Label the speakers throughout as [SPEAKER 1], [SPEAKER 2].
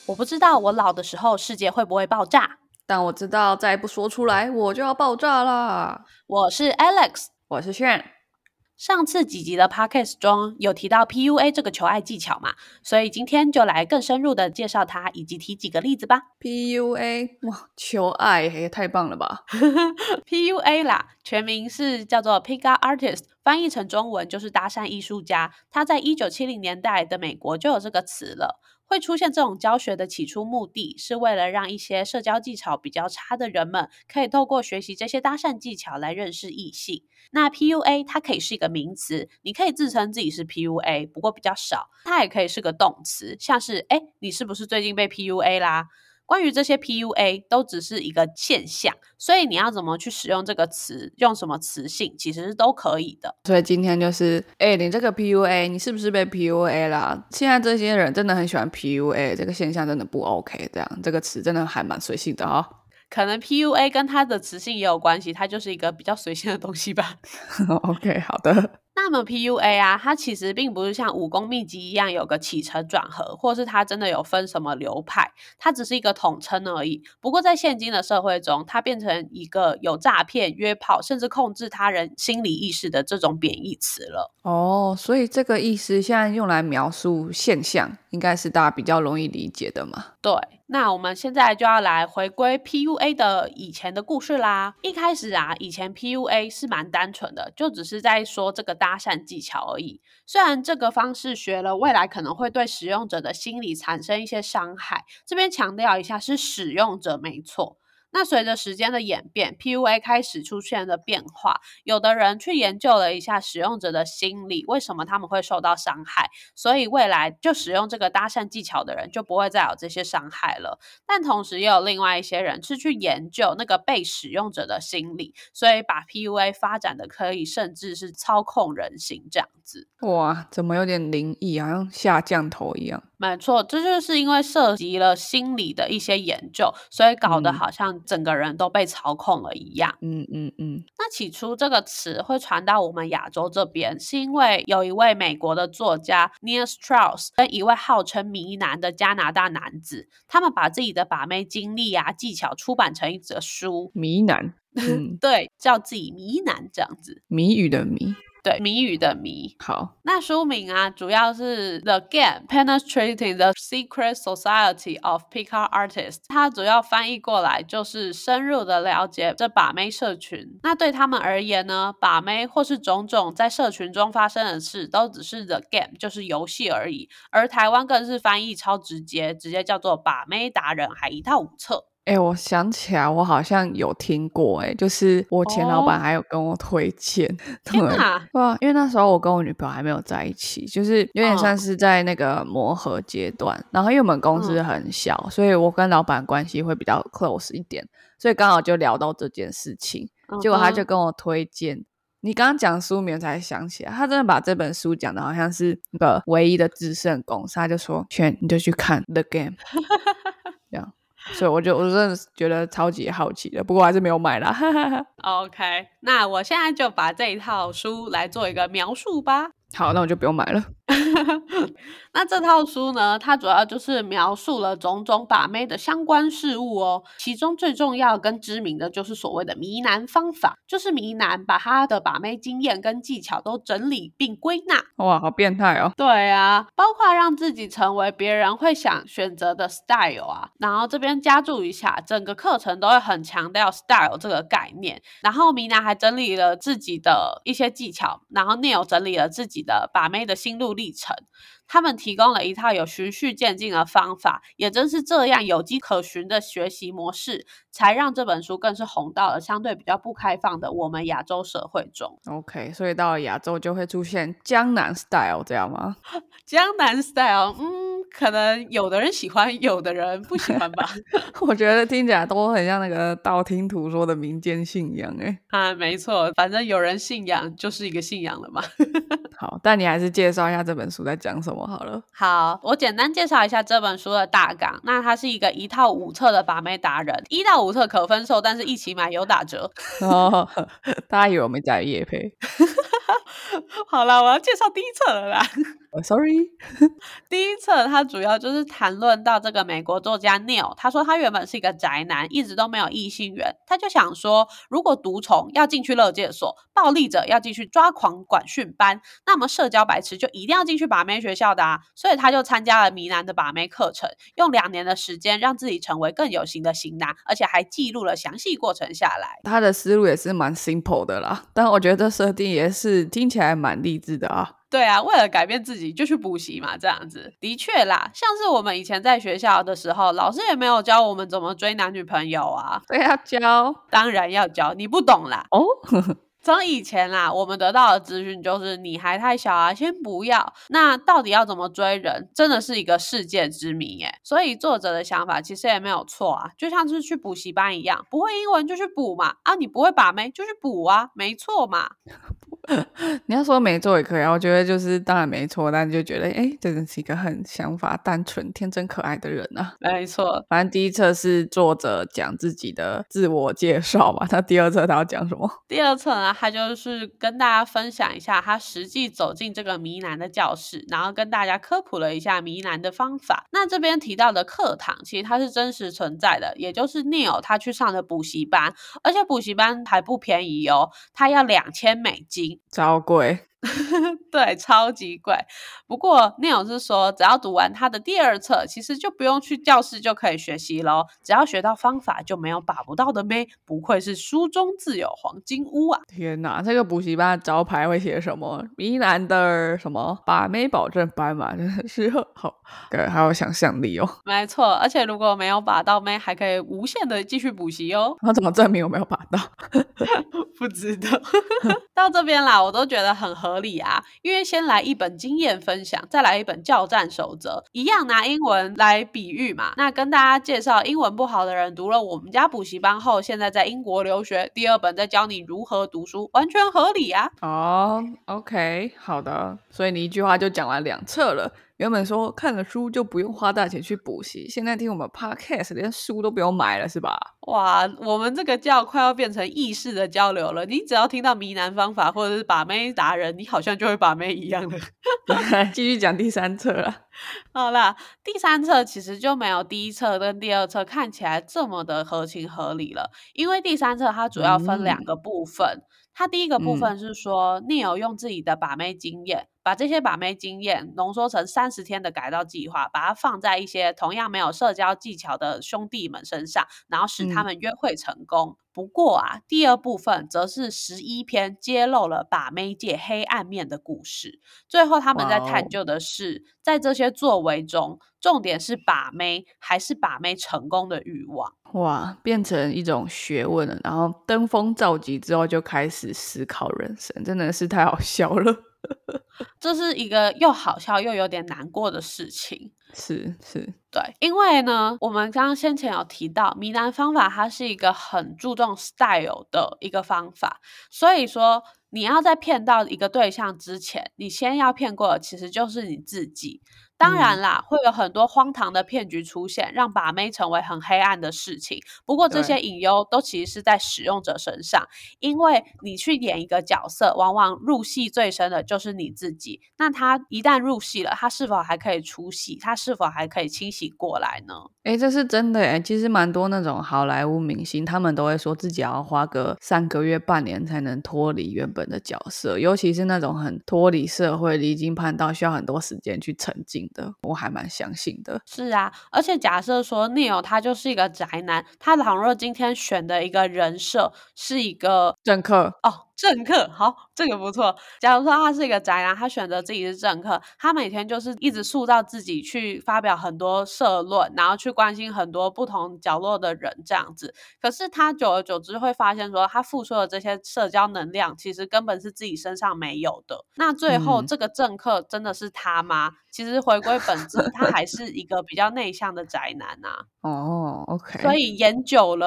[SPEAKER 1] 我不知道我老的时候世界会不会爆炸，
[SPEAKER 2] 但我知道再不说出来我就要爆炸啦。
[SPEAKER 1] 我是 Alex，
[SPEAKER 2] 我是炫。
[SPEAKER 1] 上次几集的 podcast 中有提到 PUA 这个求爱技巧嘛，所以今天就来更深入的介绍它，以及提几个例子吧。
[SPEAKER 2] PUA， 哇，求爱也太棒了吧。
[SPEAKER 1] PUA 啦，全名是叫做 Pick-up Artist， 翻译成中文就是搭讪艺术家。它在1970年代的美国就有这个词了。会出现这种教学的起初目的是为了让一些社交技巧比较差的人们可以透过学习这些搭讪技巧来认识异性。那 PUA 它可以是一个名词，你可以自称自己是 PUA， 不过比较少。它也可以是个动词，像是你是不是最近被 PUA 啦？关于这些 PUA 都只是一个现象，所以你要怎么去使用这个词，用什么词性，其实是都可以的。
[SPEAKER 2] 所以今天就是你这个 PUA 你是不是被 PUA 啦？现在这些人真的很喜欢 PUA， 这个现象真的不 OK， 这样这个词真的还蛮随性的哦。
[SPEAKER 1] 可能 PUA 跟它的词性也有关系，它就是一个比较随性的东西吧。
[SPEAKER 2] OK， 好的。
[SPEAKER 1] 那么 PUA 啊，它其实并不是像武功秘籍一样有个起承转合，或是它真的有分什么流派，它只是一个统称而已。不过在现今的社会中，它变成一个有诈骗、约炮，甚至控制他人心理意识的这种贬义词了。
[SPEAKER 2] 哦，所以这个意思现在用来描述现象，应该是大家比较容易理解的嘛。
[SPEAKER 1] 对，那我们现在就要来回归 PUA 的以前的故事啦。一开始啊，以前 PUA 是蛮单纯的，就只是在说这个搭讪技巧而已。虽然这个方式学了，未来可能会对使用者的心理产生一些伤害，这边强调一下是使用者没错。那随着时间的演变 PUA 开始出现了变化，有的人去研究了一下使用者的心理，为什么他们会受到伤害，所以未来就使用这个搭讪技巧的人就不会再有这些伤害了。但同时也有另外一些人是去研究那个被使用者的心理，所以把 PUA 发展的可以甚至是操控人心这样子。
[SPEAKER 2] 哇，怎么有点灵异，好像下降头一样。
[SPEAKER 1] 没错，这就是因为涉及了心理的一些研究，所以搞得好像整个人都被操控了一样。那起初这个词会传到我们亚洲这边，是因为有一位美国的作家 Neil Strauss 跟一位号称迷男的加拿大男子，他们把自己的把妹经历啊技巧出版成一则书。
[SPEAKER 2] 迷男
[SPEAKER 1] 对，叫自己迷男这样子。
[SPEAKER 2] 谜语的谜。
[SPEAKER 1] 对，谜语的谜。
[SPEAKER 2] 好，
[SPEAKER 1] 那书名啊，主要是 The Game Penetrating the Secret Society of Pick-up Artists， 它主要翻译过来就是深入的了解这把妹社群。那对他们而言呢，把妹或是种种在社群中发生的事，都只是 The Game， 就是游戏而已。而台湾更是翻译超直接，直接叫做把妹达人，还一套五册。
[SPEAKER 2] 我想起来我好像有听过，就是我前老板还有跟我推荐。
[SPEAKER 1] 天哪！
[SPEAKER 2] 对啊，因为那时候我跟我女朋友还没有在一起，就是有点算是在那个磨合阶段。然后因为我们公司很小，所以我跟老板关系会比较 close 一点，所以刚好就聊到这件事情。结果他就跟我推荐，你刚刚讲书名才想起来，他真的把这本书讲的好像是那个唯一的制胜公司，他就说劝你就去看 The Game 这样。所以我真的觉得超级好奇的，不过我还是没有买啦。
[SPEAKER 1] OK， 那我现在就把这一套书来做一个描述吧。
[SPEAKER 2] 好，那我就不用买了。
[SPEAKER 1] 那这套书呢，它主要就是描述了种种把妹的相关事物哦，其中最重要跟知名的就是所谓的迷男方法，就是迷男把他的把妹经验跟技巧都整理并归纳。
[SPEAKER 2] 哇，好变态哦。
[SPEAKER 1] 对啊，包括让自己成为别人会想选择的 style 啊，然后这边加注一下，整个课程都会很强调 style 这个概念，然后迷男还整理了自己的一些技巧，然后 Neil 整理了自己的把妹的心路历程，他们提供了一套有循序渐进的方法，也正是这样有迹可循的学习模式，才让这本书更是红到了相对比较不开放的我们亚洲社会中。
[SPEAKER 2] OK， 所以到了亚洲就会出现江南 style 这样吗？
[SPEAKER 1] 江南 style，可能有的人喜欢，有的人不喜欢吧。
[SPEAKER 2] 我觉得听起来都很像那个道听途说的民间信仰
[SPEAKER 1] 没错，反正有人信仰就是一个信仰了嘛。
[SPEAKER 2] 好，但你还是介绍一下这本书在讲什么好了。
[SPEAKER 1] 好，我简单介绍一下这本书的大纲。那它是一套五册的把妹达人，1到5册可分售，但是一起买有打折。
[SPEAKER 2] 大家以为我们在业配。
[SPEAKER 1] 好啦，我要介绍第一册了啦。
[SPEAKER 2] Sorry
[SPEAKER 1] 第一册他主要就是谈论到这个美国作家 Neil， 他说他原本是一个宅男，一直都没有异性缘，他就想说，如果毒虫要进去勒戒所，暴力者要进去抓狂管训班，那么社交白痴就一定要进去把妹学校的啊，所以他就参加了迷男的把妹课程，用2年的时间让自己成为更有型的型男，而且还记录了详细过程下来。
[SPEAKER 2] 他的思路也是蛮 simple 的啦，但我觉得设定也是听起来蛮励志的啊。
[SPEAKER 1] 对啊，为了改变自己就去补习嘛，这样子的确啦。像是我们以前在学校的时候，老师也没有教我们怎么追男女朋友啊。
[SPEAKER 2] 对，要教，
[SPEAKER 1] 当然要教，你不懂啦。
[SPEAKER 2] 哦
[SPEAKER 1] 从以前啦，我们得到的资讯就是你还太小啊，先不要。那到底要怎么追人，真的是一个世界之谜耶。所以作者的想法其实也没有错啊，就像是去补习班一样，不会英文就去补嘛，啊，你不会把妹就去补啊，没错嘛。
[SPEAKER 2] 你要说没错也可以啊，我觉得就是当然没错，但就觉得真的是一个很想法单纯、天真可爱的人啊。
[SPEAKER 1] 没错，
[SPEAKER 2] 反正第一册是作者讲自己的自我介绍嘛，那第二册他要讲什么？
[SPEAKER 1] 第二册呢，他就是跟大家分享一下他实际走进这个迷男的教室，然后跟大家科普了一下迷男的方法。那这边提到的课堂其实它是真实存在的，也就是 Neil 他去上的补习班，而且补习班还不便宜哦，他要$2000，
[SPEAKER 2] 超贵。
[SPEAKER 1] 对，超级贵。不过 Neil 是说，只要读完他的第二册，其实就不用去教室就可以学习咯，只要学到方法，就没有把不到的妹。不愧是书中自有黄金屋啊！
[SPEAKER 2] 天哪，这个补习班的招牌会写什么？迷男的什么把妹保证班嘛，真的是好有想象力哦。
[SPEAKER 1] 没错，而且如果没有把到妹，还可以无限的继续补习哦。
[SPEAKER 2] 那怎么证明我没有把到？
[SPEAKER 1] 不知道。到这边啦，我都觉得很合理啊，因为先来一本经验分享，再来一本教战守则，一样拿英文来比喻嘛。那跟大家介绍，英文不好的人读了我们家补习班后，现在在英国留学，第二本在教你如何读书，完全合理啊。
[SPEAKER 2] 哦，OK，好的，所以你一句话就讲完2册了。原本说看了书就不用花大钱去补习，现在听我们 podcast 连书都不用买了是吧？
[SPEAKER 1] 哇，我们这个教快要变成意识的交流了，你只要听到迷男方法或者是把妹达人，你好像就会把妹一样的。
[SPEAKER 2] 继续讲第3册了。
[SPEAKER 1] 好啦，第3册其实就没有第一册跟第二册看起来这么的合情合理了，因为第3册它主要分2个部分。它第一个部分是说，Neil 用自己的把妹经验，把这些把妹经验浓缩成30天的改造计划，把它放在一些同样没有社交技巧的兄弟们身上，然后使他们约会成功。不过啊，第二部分则是11篇揭露了把妹界黑暗面的故事。最后他们在探究的是，在这些作为中，重点是把妹还是把妹成功的欲望。
[SPEAKER 2] 哇，变成一种学问了，然后登峰造极之后就开始思考人生，真的是太好笑了。
[SPEAKER 1] 这是一个又好笑又有点难过的事情。
[SPEAKER 2] 是，
[SPEAKER 1] 对，因为呢，我们刚刚先前有提到，迷男方法它是一个很注重 style 的一个方法，所以说你要在骗到一个对象之前，你先要骗过的其实就是你自己。当然啦，会有很多荒唐的骗局出现，让把妹成为很黑暗的事情。不过这些隐忧都其实是在使用者身上，因为你去演一个角色，往往入戏最深的就是你自己。那他一旦入戏了，他是否还可以出戏？他是否还可以清醒过来呢？
[SPEAKER 2] 这是真的其实蛮多那种好莱坞明星，他们都会说自己要花个3个月、半年才能脱离原本的角色，尤其是那种很脱离社会、离经叛道，需要很多时间去沉浸的，我还蛮相信的。
[SPEAKER 1] 是啊，而且假设说 Neil 他就是一个宅男，他倘若今天选的一个人设是一个
[SPEAKER 2] 政客
[SPEAKER 1] 政客，好，这个不错。假如说他是一个宅男，他选择自己是政客，他每天就是一直塑造自己，去发表很多社论，然后去关心很多不同角落的人这样子。可是他久而久之会发现说，他付出的这些社交能量，其实根本是自己身上没有的。那最后这个政客真的是他吗？其实回归本质，他还是一个比较内向的宅男啊。
[SPEAKER 2] OK。
[SPEAKER 1] 所以演久了，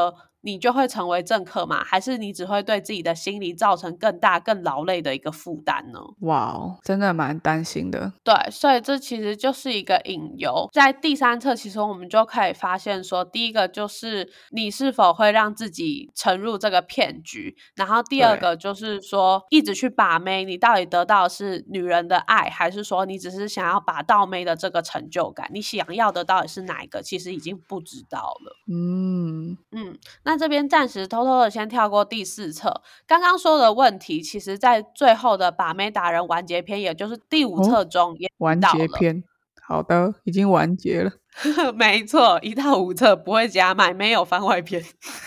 [SPEAKER 1] 你就会成为政客吗？还是你只会对自己的心理造成更大更劳累的一个负担呢？
[SPEAKER 2] 哇哦，真的蛮担心的。
[SPEAKER 1] 对，所以这其实就是一个引诱。在第三册其实我们就可以发现说，第一个就是你是否会让自己沉入这个骗局，然后第二个就是说一直去把妹，你到底得到的是女人的爱，还是说你只是想要把到妹的这个成就感，你想要的到底是哪一个，其实已经不知道了。那这边暂时偷偷的先跳过第4册，刚刚说的问题其实在最后的把妹达人完结篇，也就是第5册中也
[SPEAKER 2] 完
[SPEAKER 1] 到了。
[SPEAKER 2] 结篇，好的，已经完结了。
[SPEAKER 1] 没错，1到5册不会加买，没有番外篇。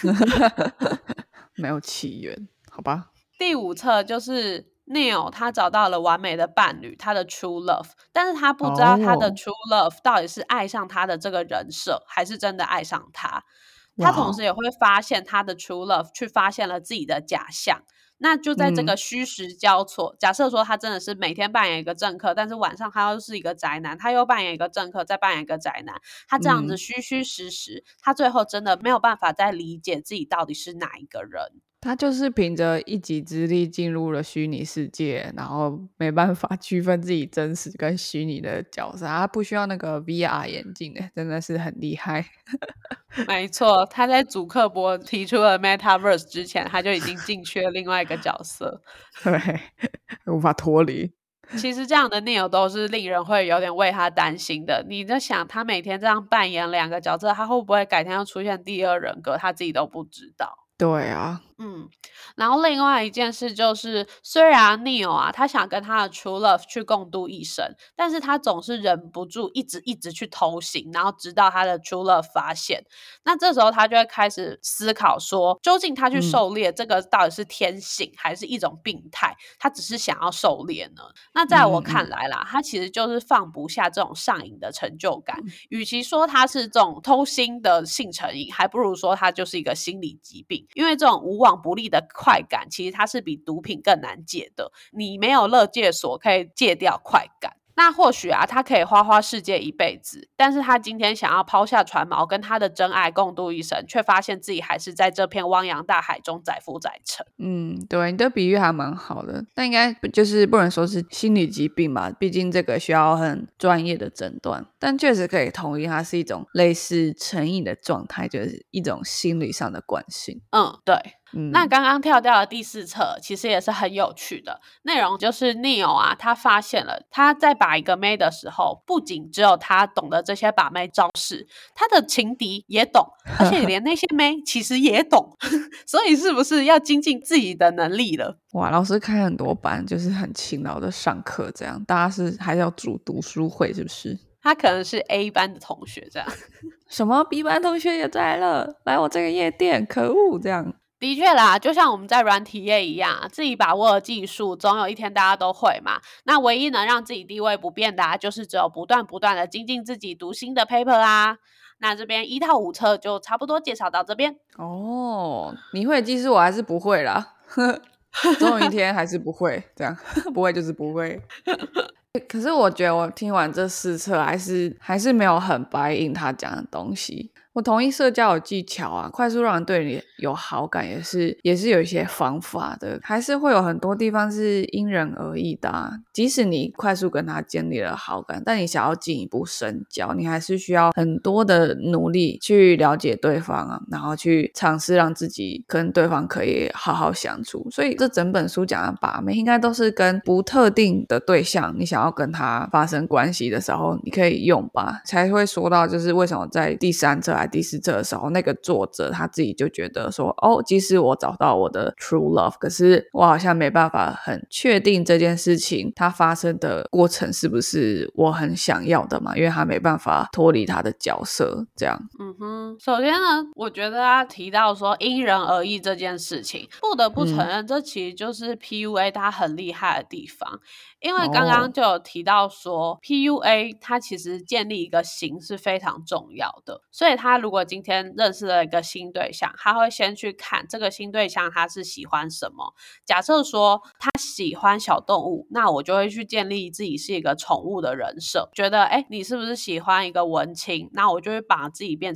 [SPEAKER 2] 没有起源，好吧。
[SPEAKER 1] 第5册就是 Neil 他找到了完美的伴侣，他的 true love， 但是他不知道他的 true love 到底是爱上他的这个人设，还是真的爱上他。他同时也会发现他的 true love 去发现了自己的假象。那就在这个虚实交错，假设说他真的是每天扮演一个政客，但是晚上他又是一个宅男，他又扮演一个政客，再扮演一个宅男，他这样子虚虚实实，他最后真的没有办法再理解自己到底是哪一个人。
[SPEAKER 2] 他就是凭着一己之力进入了虚拟世界，然后没办法区分自己真实跟虚拟的角色，他不需要那个 VR 眼镜，真的是很厉害。
[SPEAKER 1] 没错，他在祖克伯提出了 Metaverse 之前，他就已经进去了另外一个角色。
[SPEAKER 2] 对，无法脱离。
[SPEAKER 1] 其实这样的 Neil 都是令人会有点为他担心的。你在想，他每天这样扮演2个角色，他会不会改天要出现第2人格，他自己都不知道。
[SPEAKER 2] 对啊。
[SPEAKER 1] 然后另外一件事就是，虽然 Neil 啊，他想跟他的 true love 去共度一生，但是他总是忍不住一直去偷腥，然后直到他的 true love 发现，那这时候他就会开始思考说，究竟他去狩猎这个到底是天性还是一种病态？他只是想要狩猎呢？那在我看来啦，他其实就是放不下这种上瘾的成就感，与其说他是这种偷腥的性成瘾，还不如说他就是一个心理疾病，因为这种无往不利的快感，其实它是比毒品更难戒的。你没有勒戒所可以戒掉快感。那或许啊，他可以花世界一辈子，但是他今天想要抛下船锚，跟他的真爱共度一生，却发现自己还是在这片汪洋大海中载浮载沉。
[SPEAKER 2] 对，你的比喻还蛮好的，但应该就是不能说是心理疾病吧，毕竟这个需要很专业的诊断，但确实可以同意它是一种类似成瘾的状态，就是一种心理上的惯性。
[SPEAKER 1] 对。那刚刚跳掉的第4册其实也是很有趣的内容，就是 Neil 啊，他发现了他在把一个妹的时候，不仅只有他懂得这些把妹招式，他的情敌也懂，而且连那些妹其实也懂。所以是不是要精进自己的能力了？
[SPEAKER 2] 哇，老师开很多班，就是很勤劳的上课，这样大家是还要组读书会是不是？
[SPEAKER 1] 他可能是 A 班的同学这样。
[SPEAKER 2] 什么 B 班同学也在了，来我这个夜店，可恶这样。
[SPEAKER 1] 的确啦，就像我们在软体业一样，自己把握的技术，总有一天大家都会嘛。那唯一能让自己地位不变的就是只有不断的精进自己，读新的 paper 啊。那这边1到5册就差不多介绍到这边。
[SPEAKER 2] 你会技术，我还是不会啦。总有一天还是不会，这样不会就是不会。可是我觉得我听完这4册还是没有很buy in他讲的东西。我同意社交有技巧啊，快速让人对你有好感也是有一些方法的，还是会有很多地方是因人而异的啊。即使你快速跟他建立了好感，但你想要进一步深交，你还是需要很多的努力去了解对方啊，然后去尝试让自己跟对方可以好好相处。所以这整本书讲的把妹应该都是跟不特定的对象，你想要跟他发生关系的时候你可以用吧，才会说到就是为什么在第3册还第4册的时候，那个作者他自己就觉得说即使我找到我的 true love， 可是我好像没办法很确定这件事情它发生的过程是不是我很想要的嘛，因为他没办法脱离他的角色这样。
[SPEAKER 1] 首先呢，我觉得他提到说因人而异这件事情，不得不承认这其实就是 PUA 它很厉害的地方。因为刚刚就有提到说PUA 它其实建立一个型是非常重要的，所以他如果今天认识了一个新对象，他会先去看这个新对象他是喜欢什么。假设说他喜欢小动物，那我就会去建立自己是一个宠物的人设，觉得你是不是喜欢一个文青，那我就会把自己变成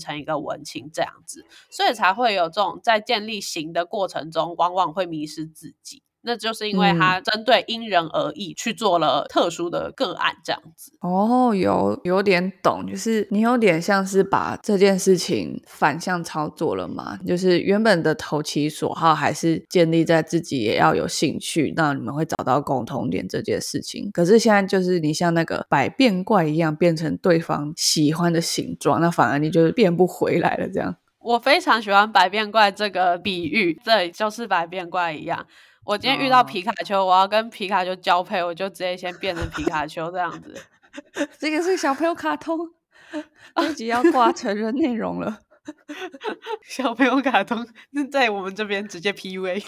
[SPEAKER 1] 成一个文青这样子，所以才会有这种在建立型的过程中往往会迷失自己。那就是因为他针对因人而异去做了特殊的个案这样子。
[SPEAKER 2] 有点懂，就是你有点像是把这件事情反向操作了嘛，就是原本的投其所好还是建立在自己也要有兴趣，那你们会找到共同点这件事情，可是现在就是你像那个百变怪一样变成对方喜欢的形状，那反而你就是变不回来了这样。
[SPEAKER 1] 我非常喜欢百变怪这个比喻，对，就是百变怪一样，我今天遇到皮卡丘，我要跟皮卡丘交配，我就直接先变成皮卡丘这样子。
[SPEAKER 2] 这个是小朋友卡通，这集要挂成人内容了。
[SPEAKER 1] 小朋友卡通在我们这边直接 PUA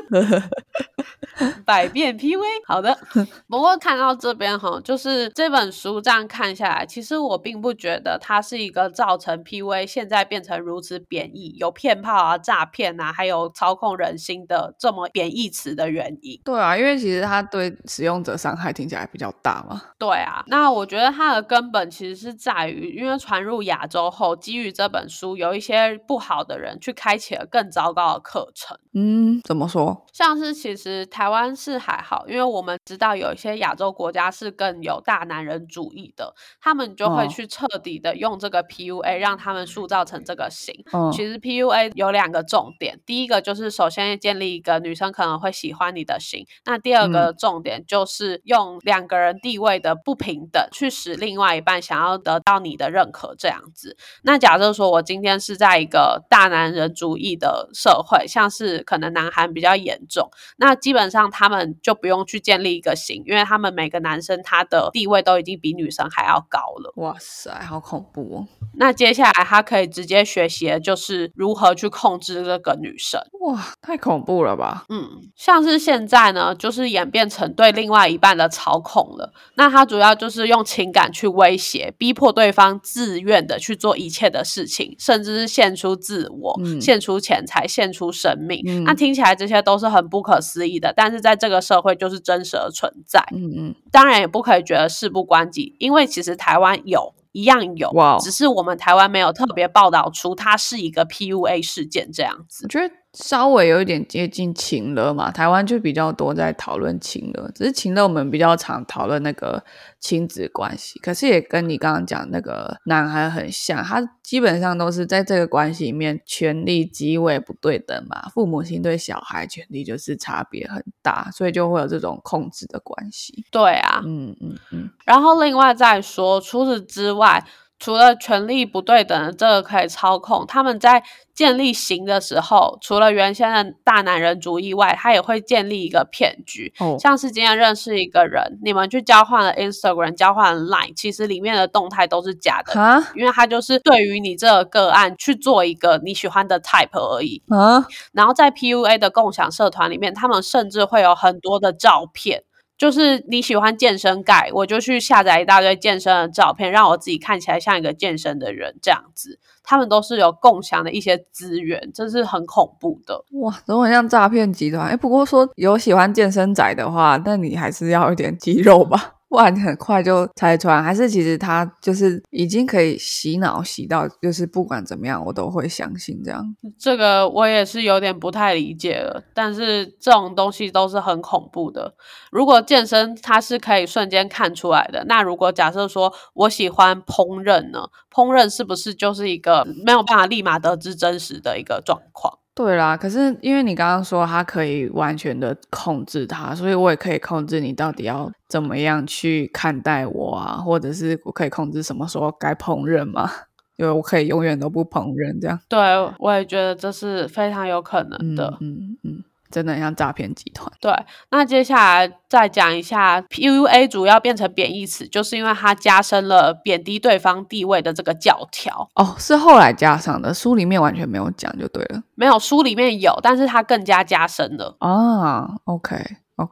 [SPEAKER 1] 百变 PUA。 好的，不过看到这边就是这本书这样看下来，其实我并不觉得它是一个造成 PUA 现在变成如此贬义，有骗炮啊、诈骗啊，还有操控人心的这么贬义词的原因。
[SPEAKER 2] 对啊，因为其实它对使用者伤害听起来比较大嘛。
[SPEAKER 1] 对啊，那我觉得它的根本其实是在于，因为传入亚洲后，基于这本书有一些不好的人去开启了更糟糕的课程。
[SPEAKER 2] 怎么说？
[SPEAKER 1] 像是其实台湾是还好，因为我们知道有一些亚洲国家是更有大男人主义的，他们就会去彻底的用这个 PUA 让他们塑造成这个型。其实 PUA 有2个重点，第一个就是首先建立一个女生可能会喜欢你的型，那第二个重点就是用2个人地位的不平等去使另外一半想要得到你的认可这样子。那假设说我今天是在一个大男人主义的社会，像是可能南韩比较严重，那基本上他们就不用去建立一个型，因为他们每个男生他的地位都已经比女生还要高了。
[SPEAKER 2] 哇塞，好恐怖哦。
[SPEAKER 1] 那接下来他可以直接学习的就是如何去控制这个女生。
[SPEAKER 2] 哇，太恐怖了吧。
[SPEAKER 1] 像是现在呢，就是演变成对另外一半的操控了。那他主要就是用情感去威胁，逼迫对方自愿的去做一切的事情，甚至是献出自我、献出钱财、献出生命。那听起来这些都是很不可思议的，但是在这个社会就是真实的存在。当然也不可以觉得事不关己，因为其实台湾一样有，只是我们台湾没有特别报道出它是一个 PUA 事件这样子。
[SPEAKER 2] 我觉得稍微有一点接近情勒嘛，台湾就比较多在讨论情勒，只是情勒我们比较常讨论那个亲子关系，可是也跟你刚刚讲那个男孩很像，他基本上都是在这个关系里面权力极为不对等嘛，父母亲对小孩权力就是差别很大，所以就会有这种控制的关系。
[SPEAKER 1] 对啊，然后另外再说，除此之外，除了权力不对等的这个可以操控，他们在建立型的时候，除了原先的大男人主义外，他也会建立一个骗局。像是今天认识一个人，你们去交换了 Instagram 交换了 Line， 其实里面的动态都是假的，因为他就是对于你这个个案去做一个你喜欢的 type 而已。然后在 PUA 的共享社团里面，他们甚至会有很多的照片，就是你喜欢健身盖，我就去下载一大堆健身的照片，让我自己看起来像一个健身的人这样子。他们都是有共享的一些资源，这是很恐怖的。
[SPEAKER 2] 哇，怎么很像诈骗集团？不过说有喜欢健身仔的话，那你还是要有点肌肉吧，不然你很快就拆穿。还是其实他就是已经可以洗脑洗到，就是不管怎么样我都会相信这样。
[SPEAKER 1] 这个我也是有点不太理解了，但是这种东西都是很恐怖的。如果健身它是可以瞬间看出来的，那如果假设说我喜欢烹饪呢？烹饪是不是就是一个没有办法立马得知真实的一个状况？
[SPEAKER 2] 对啦，可是因为你刚刚说他可以完全的控制它，所以我也可以控制你到底要怎么样去看待我啊，或者是我可以控制什么时候该烹饪嘛，因为我可以永远都不烹饪这样。
[SPEAKER 1] 对，我也觉得这是非常有可能的。
[SPEAKER 2] 真的很像诈骗集团。
[SPEAKER 1] 对，那接下来再讲一下 PUA 主要变成贬义词，就是因为它加深了贬低对方地位的这个教条。
[SPEAKER 2] 是后来加上的，书里面完全没有讲就对了。
[SPEAKER 1] 没有，书里面有，但是它更加加深了。
[SPEAKER 2] OK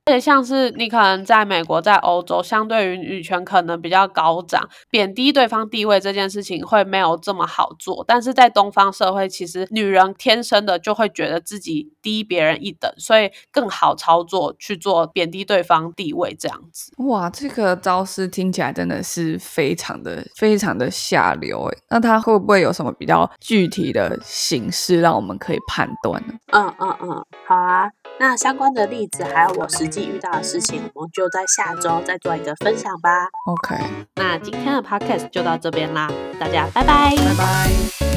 [SPEAKER 1] 而且像是你可能在美国在欧洲相对于女权可能比较高涨，贬低对方地位这件事情会没有这么好做，但是在东方社会其实女人天生的就会觉得自己低别人一等，所以更好操作去做贬低对方地位这样子。
[SPEAKER 2] 哇，这个招式听起来真的是非常的下流诶。那它会不会有什么比较具体的形式让我们可以判断呢？
[SPEAKER 1] 好啊，那相关的例子还有我实际遇到的事情，我们就在下周再做一个分享吧。
[SPEAKER 2] OK，
[SPEAKER 1] 那今天的 podcast 就到这边啦，大家拜拜
[SPEAKER 2] 拜拜。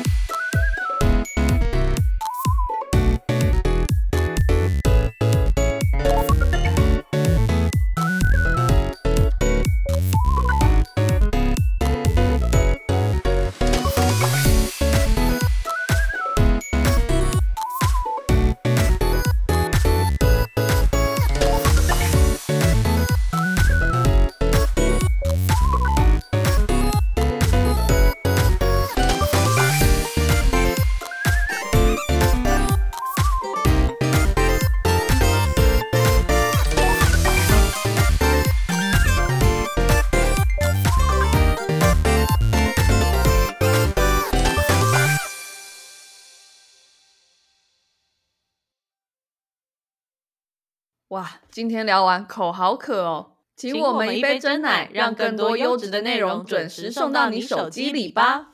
[SPEAKER 2] 哇，今天聊完口好渴哦，请我们一杯珍奶，让更多优质的内容准时送到你手机里吧。